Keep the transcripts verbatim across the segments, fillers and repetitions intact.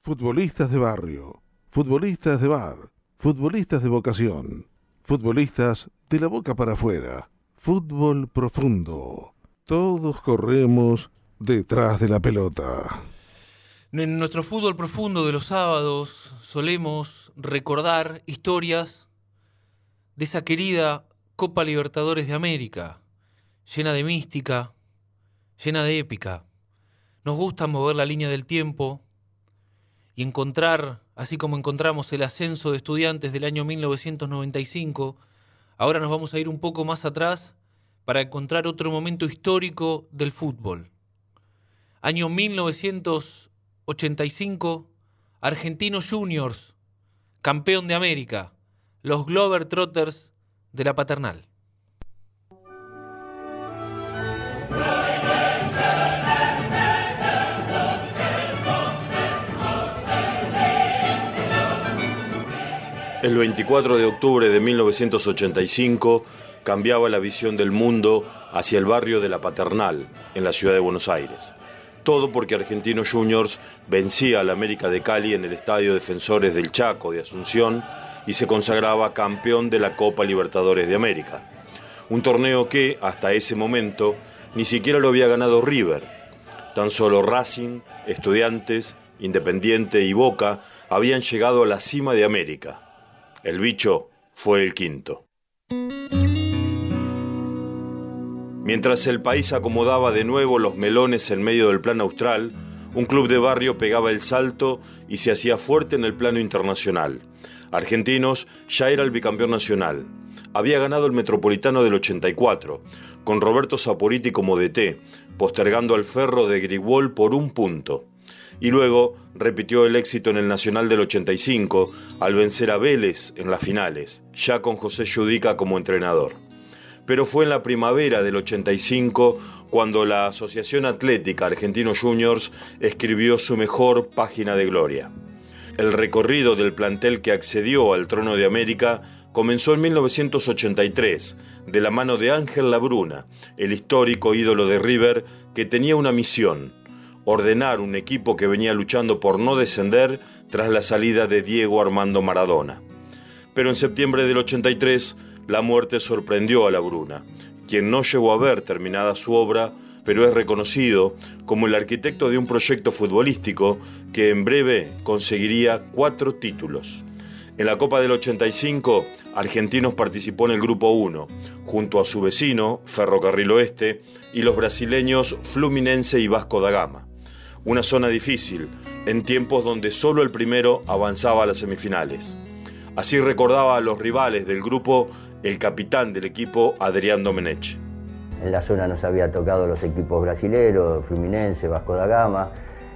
Futbolistas de barrio, futbolistas de bar, futbolistas de vocación, futbolistas de la boca para afuera, fútbol profundo. Todos corremos detrás de la pelota. En nuestro fútbol profundo de los sábados solemos recordar historias de esa querida Copa Libertadores de América, llena de mística, llena de épica. Nos gusta mover la línea del tiempo y encontrar, así como encontramos el ascenso de Estudiantes del año mil novecientos noventa y cinco, ahora nos vamos a ir un poco más atrás para encontrar otro momento histórico del fútbol. Año mil novecientos ochenta y cinco, Argentinos Juniors, campeón de América, los Globetrotters de la Paternal. El veinticuatro de octubre de mil novecientos ochenta y cinco cambiaba la visión del mundo hacia el barrio de la Paternal, en la ciudad de Buenos Aires. Todo porque Argentinos Juniors vencía al América de Cali en el Estadio Defensores del Chaco de Asunción y se consagraba campeón de la Copa Libertadores de América. Un torneo que, hasta ese momento, ni siquiera lo había ganado River. Tan solo Racing, Estudiantes, Independiente y Boca habían llegado a la cima de América. El bicho fue el quinto. Mientras el país acomodaba de nuevo los melones en medio del plan austral, un club de barrio pegaba el salto y se hacía fuerte en el plano internacional. Argentinos ya era el bicampeón nacional. Había ganado el Metropolitano del ochenta y cuatro, con Roberto Saporiti como D T, postergando al Ferro de Grigol por un punto. Y luego repitió el éxito en el Nacional del ochenta y cinco al vencer a Vélez en las finales, ya con José Judica como entrenador. Pero fue en la primavera del ochenta y cinco cuando la Asociación Atlética Argentinos Juniors escribió su mejor página de gloria. El recorrido del plantel que accedió al trono de América comenzó en mil novecientos ochenta y tres, de la mano de Ángel Labruna, el histórico ídolo de River que tenía una misión: ordenar un equipo que venía luchando por no descender tras la salida de Diego Armando Maradona. Pero en septiembre del ochenta y tres, la muerte sorprendió a Labruna, quien no llegó a ver terminada su obra, pero es reconocido como el arquitecto de un proyecto futbolístico que en breve conseguiría cuatro títulos. En la Copa del ochenta y cinco, Argentinos participó en el Grupo uno, junto a su vecino, Ferrocarril Oeste, y los brasileños Fluminense y Vasco da Gama. Una zona difícil, en tiempos donde solo el primero avanzaba a las semifinales. Así recordaba a los rivales del grupo el capitán del equipo, Adrián Domenech. En la zona nos había tocado los equipos brasileños, Fluminense, Vasco da Gama,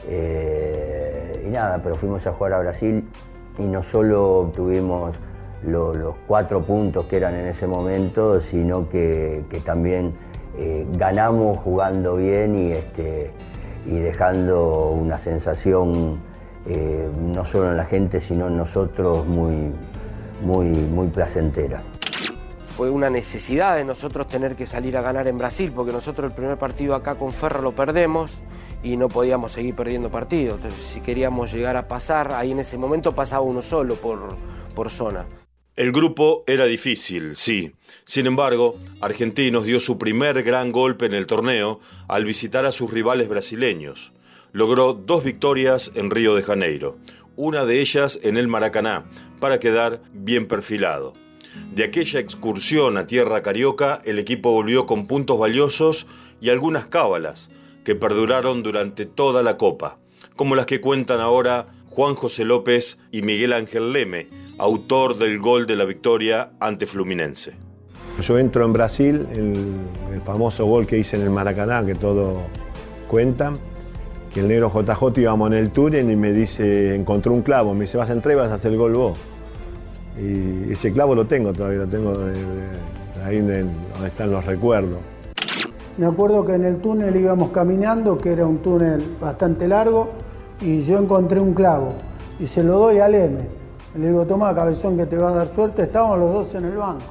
eh, y nada, pero fuimos a jugar a Brasil y no solo obtuvimos lo, los cuatro puntos que eran en ese momento, sino que, que también eh, ganamos jugando bien y, este, y dejando una sensación eh, no solo en la gente, sino en nosotros muy, muy, muy placentera. Fue una necesidad de nosotros tener que salir a ganar en Brasil, porque nosotros el primer partido acá con Ferro lo perdemos y no podíamos seguir perdiendo partidos. Entonces, si queríamos llegar a pasar, ahí en ese momento pasaba uno solo por, por zona. El grupo era difícil, sí. Sin embargo, Argentinos dio su primer gran golpe en el torneo al visitar a sus rivales brasileños. Logró dos victorias en Río de Janeiro, una de ellas en el Maracaná, para quedar bien perfilado. De aquella excursión a tierra carioca, el equipo volvió con puntos valiosos y algunas cábalas que perduraron durante toda la Copa, como las que cuentan ahora Juan José López y Miguel Ángel Leme, autor del gol de la victoria ante Fluminense. Yo entro en Brasil, el, el famoso gol que hice en el Maracaná, que todo cuenta, que el negro J J íbamos en el Touren y me dice, encontró un clavo, me dice, vas a entrar y vas a hacer el gol vos. Y ese clavo lo tengo todavía, lo tengo de, de, ahí en el, donde están los recuerdos. Me acuerdo que en el túnel íbamos caminando, que era un túnel bastante largo, y yo encontré un clavo y se lo doy al M. Le digo, toma, cabezón, que te va a dar suerte. Estábamos los dos en el banco.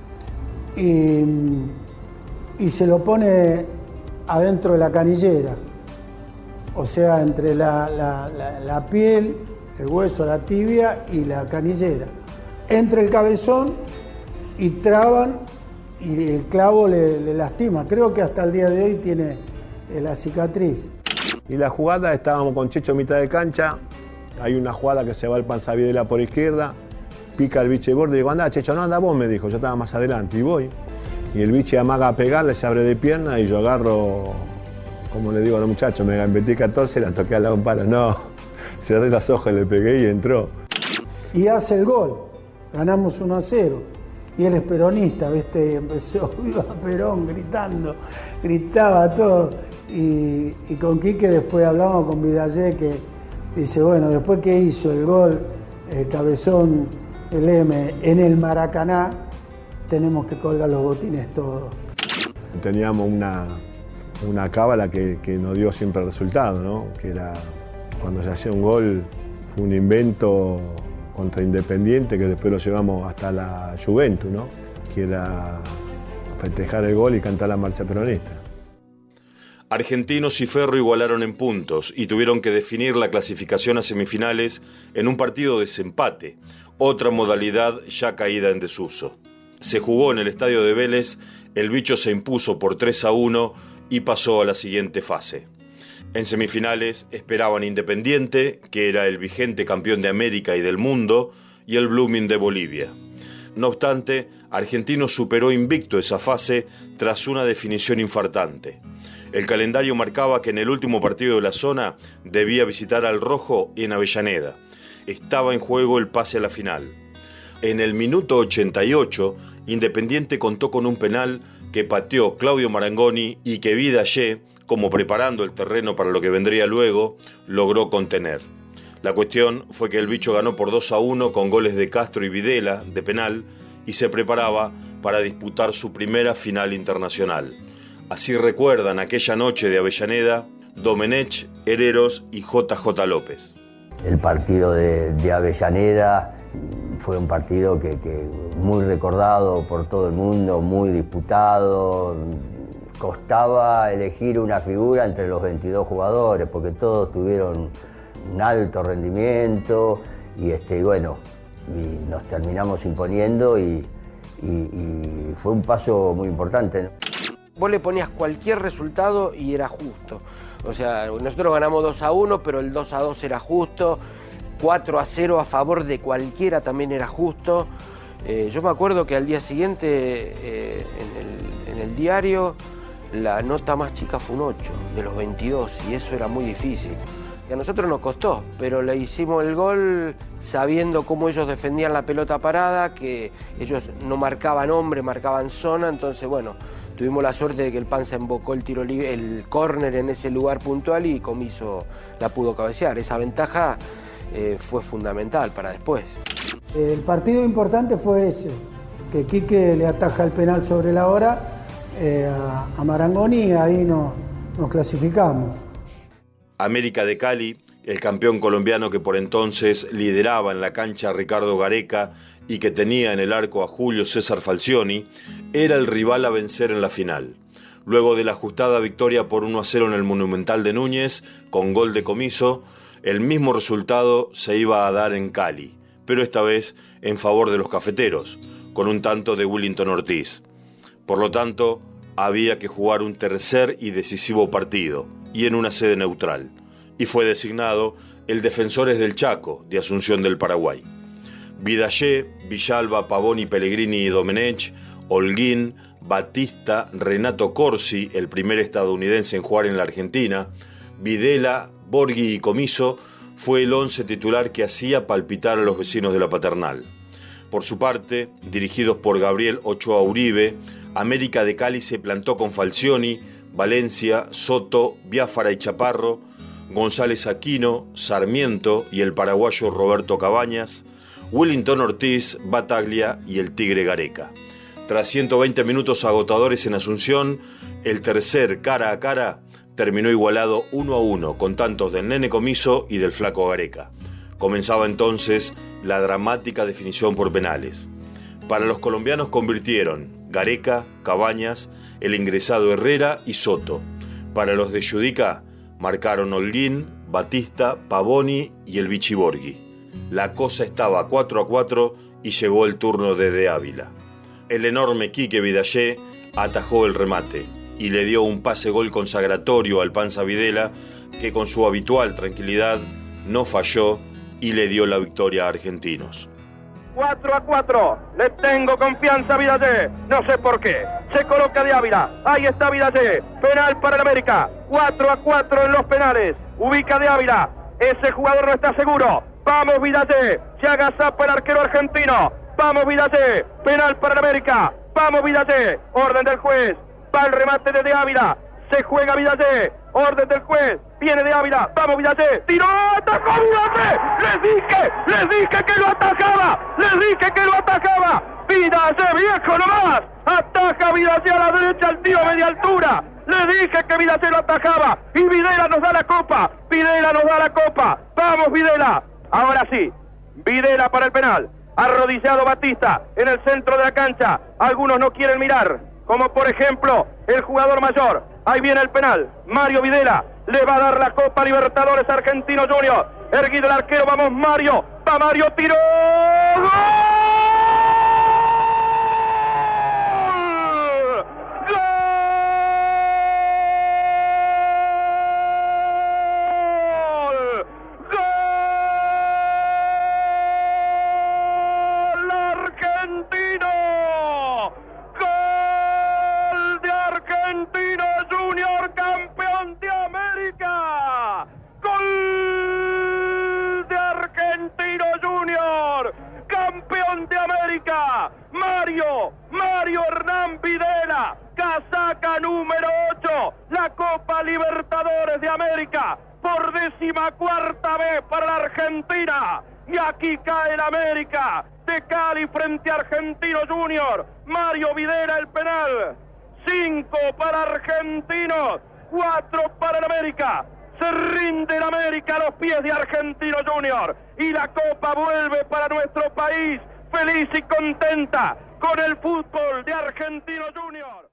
Y, y se lo pone adentro de la canillera. o sea, entre la, la, la, la piel, el hueso, la tibia y la canillera. Entre el cabezón y traban y el clavo le, le lastima. Creo que hasta el día de hoy tiene eh, la cicatriz. Y la jugada, estábamos con Checho a mitad de cancha, hay una jugada que se va el Panza Videla por izquierda, pica el biche borde y digo, anda Checho, no, anda vos, me dijo, yo estaba más adelante y voy. Y el biche amaga a pegarle, se abre de pierna y yo agarro, como le digo a los muchachos, me metí catorce y la toqué al lado un palo. No, cerré los ojos, le pegué y entró. Y hace el gol, ganamos uno a cero. Y él es peronista, ¿viste? Y empezó, viva Perón, gritando, gritaba todo. Y, y con Quique después hablamos con Vidallé, que dice, bueno, después que hizo el gol, el cabezón, el M, en el Maracaná, tenemos que colgar los botines todos. Teníamos una, una cábala que, que nos dio siempre el resultado, ¿no? Que era, cuando se hacía un gol, fue un invento contra Independiente, que después lo llevamos hasta la Juventus, ¿no? Que era festejar el gol y cantar la marcha peronista. Argentinos y Ferro igualaron en puntos y tuvieron que definir la clasificación a semifinales en un partido de desempate, otra modalidad ya caída en desuso. Se jugó en el estadio de Vélez, el bicho se impuso por tres a uno y pasó a la siguiente fase. En semifinales esperaban Independiente, que era el vigente campeón de América y del mundo, y el Blooming de Bolivia. No obstante, Argentinos superó invicto esa fase tras una definición infartante. El calendario marcaba que en el último partido de la zona debía visitar al Rojo en Avellaneda. Estaba en juego el pase a la final. En el minuto ochenta y ocho, Independiente contó con un penal que pateó Claudio Marangoni y que Vidallé, como preparando el terreno para lo que vendría luego, logró contener. La cuestión fue que el bicho ganó por dos a uno con goles de Castro y Videla de penal y se preparaba para disputar su primera final internacional. Así recuerdan aquella noche de Avellaneda Domenech, Hereros y J J López. El partido de, de Avellaneda fue un partido que, que muy recordado por todo el mundo, muy disputado. Costaba elegir una figura entre los veintidós jugadores porque todos tuvieron un alto rendimiento y, este, y bueno, y nos terminamos imponiendo y, y, y fue un paso muy importante. Vos le ponías cualquier resultado y era justo. O sea, nosotros ganamos dos a uno, pero el dos a dos era justo. cuatro a cero a favor de cualquiera también era justo. Eh, yo me acuerdo que al día siguiente eh, en, el, en el diario la nota más chica fue un ocho de los veintidós y eso era muy difícil. Y a nosotros nos costó, pero le hicimos el gol sabiendo cómo ellos defendían la pelota parada, que ellos no marcaban hombre, marcaban zona, entonces bueno, tuvimos la suerte de que el Panza embocó el tiro libre, el córner en ese lugar puntual y Comiso la pudo cabecear. Esa ventaja eh, fue fundamental para después. El partido importante fue ese, que Quique le ataja el penal sobre la hora eh, a, a Marangoni y ahí nos, nos clasificamos. América de Cali, el campeón colombiano que por entonces lideraba en la cancha a Ricardo Gareca y que tenía en el arco a Julio César Falcioni, era el rival a vencer en la final. Luego de la ajustada victoria por uno a cero en el Monumental de Núñez, con gol de Comiso, el mismo resultado se iba a dar en Cali, pero esta vez en favor de los cafeteros, con un tanto de Willington Ortiz. Por lo tanto, había que jugar un tercer y decisivo partido, y en una sede neutral, y fue designado el Defensores del Chaco, de Asunción del Paraguay. Vidallé, Villalba, Pavoni, Pellegrini y Domenech, Holguín, Batista, Renato Corsi, el primer estadounidense en jugar en la Argentina, Videla, Borghi y Comiso, fue el once titular que hacía palpitar a los vecinos de la Paternal. Por su parte, dirigidos por Gabriel Ochoa Uribe, América de Cali se plantó con Falcioni, Valencia, Soto, Biafara y Chaparro, González Aquino, Sarmiento y el paraguayo Roberto Cabañas, Willington Ortiz, Bataglia y el Tigre Gareca. Tras ciento veinte minutos agotadores en Asunción, el tercer cara a cara terminó igualado uno a uno con tantos del Nene Comiso y del Flaco Gareca. Comenzaba entonces la dramática definición por penales. Para los colombianos convirtieron Gareca, Cabañas, el ingresado Herrera y Soto. Para los de Judica, Marcaron Holguín, Batista, Pavoni y el Vichy Borghi. La cosa estaba cuatro a cuatro y llegó el turno de De Ávila. El enorme Quique Vidallé atajó el remate y le dio un pase-gol consagratorio al Panza Videla, que con su habitual tranquilidad no falló y le dio la victoria a Argentinos. cuatro a cuatro, le tengo confianza a Vidallé, no sé por qué, se coloca De Ávila, ahí está Vidallé, penal para el América, cuatro a cuatro en los penales, ubica De Ávila, ese jugador no está seguro, vamos Vidallé, se agazapa el arquero argentino, vamos Vidallé, penal para el América, vamos Vidallé, orden del juez, va el remate de De Ávila, se juega Vidallé, orden del juez, viene De Ávila, vamos Vidallé, tiró, atajó Vidallé, les dije, les dije que lo atajaba, les dije que lo atajaba, Vidallé viejo nomás, ataja Vidallé a la derecha al tiro a media altura, les dije que Vidallé lo atajaba, y Videla nos da la copa, Videla nos da la copa, vamos Videla, ahora sí, Videla para el penal, arrodillado Batista en el centro de la cancha, algunos no quieren mirar, como por ejemplo el jugador mayor, ahí viene el penal, Mario Videla, le va a dar la Copa Libertadores Argentino Junior, erguido el arquero, vamos Mario, va Mario, tiró, ¡gol! Mario, Mario Hernán Videla, casaca número ocho, la Copa Libertadores de América, por décima cuarta vez para la Argentina, y aquí cae el América, de Cali frente a Argentino Junior, Mario Videla el penal, cinco para Argentinos, cuatro para el América, se rinde el América a los pies de Argentino Junior, y la Copa vuelve para nuestro país, feliz y contenta con el fútbol de Argentino Junior.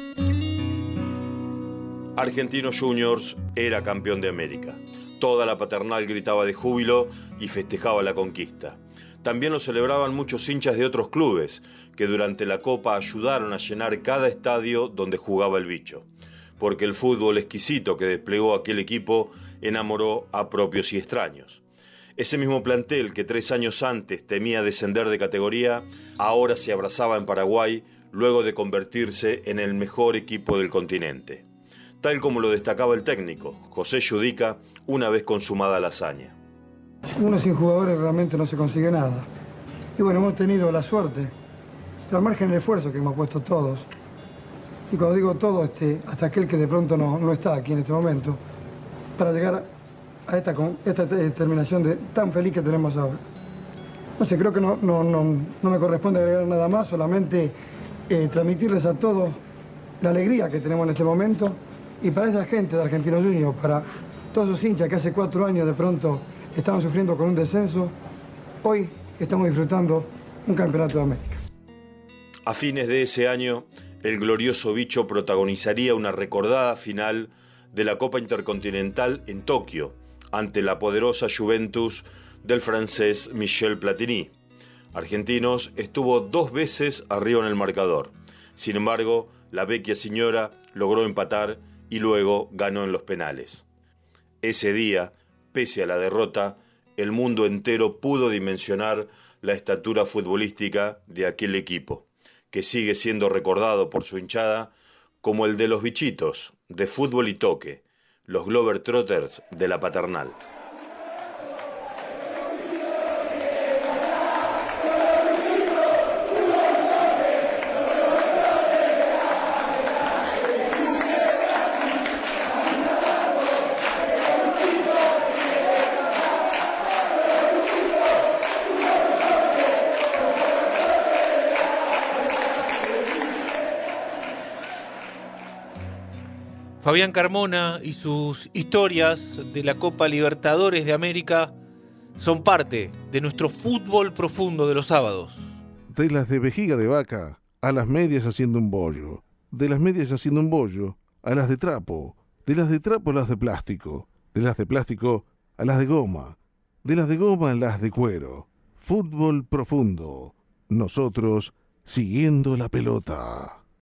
Argentinos Juniors era campeón de América. Toda la paternal gritaba de júbilo y festejaba la conquista. También lo celebraban muchos hinchas de otros clubes que durante la Copa ayudaron a llenar cada estadio donde jugaba el bicho, porque el fútbol exquisito que desplegó aquel equipo enamoró a propios y extraños. Ese mismo plantel que tres años antes temía descender de categoría, ahora se abrazaba en Paraguay luego de convertirse en el mejor equipo del continente. Tal como lo destacaba el técnico, José Yudica, una vez consumada la hazaña. Uno sin jugadores realmente no se consigue nada. Y bueno, hemos tenido la suerte, pero al margen del esfuerzo que hemos puesto todos, y cuando digo todo, este, hasta aquel que de pronto no, no está aquí en este momento, para llegar a a esta, esta determinación de, tan feliz que tenemos ahora. No sé, creo que no, no, no, no me corresponde agregar nada más, solamente eh, transmitirles a todos la alegría que tenemos en este momento, y para esa gente de Argentinos Juniors, para todos esos hinchas que hace cuatro años de pronto estaban sufriendo con un descenso, hoy estamos disfrutando un campeonato de América. A fines de ese año, el glorioso bicho protagonizaría una recordada final de la Copa Intercontinental en Tokio, ante la poderosa Juventus del francés Michel Platini. Argentinos estuvo dos veces arriba en el marcador. Sin embargo, la vecchia señora logró empatar y luego ganó en los penales. Ese día, pese a la derrota, el mundo entero pudo dimensionar la estatura futbolística de aquel equipo, que sigue siendo recordado por su hinchada como el de los bichitos de fútbol y toque, los Globetrotters de la paternal. Fabián Carmona y sus historias de la Copa Libertadores de América son parte de nuestro fútbol profundo de los sábados. De las de vejiga de vaca a las medias haciendo un bollo, de las medias haciendo un bollo a las de trapo, De las de trapo a las de plástico, de las de plástico a las de goma, de las de goma a las de cuero. Fútbol profundo. Nosotros siguiendo la pelota.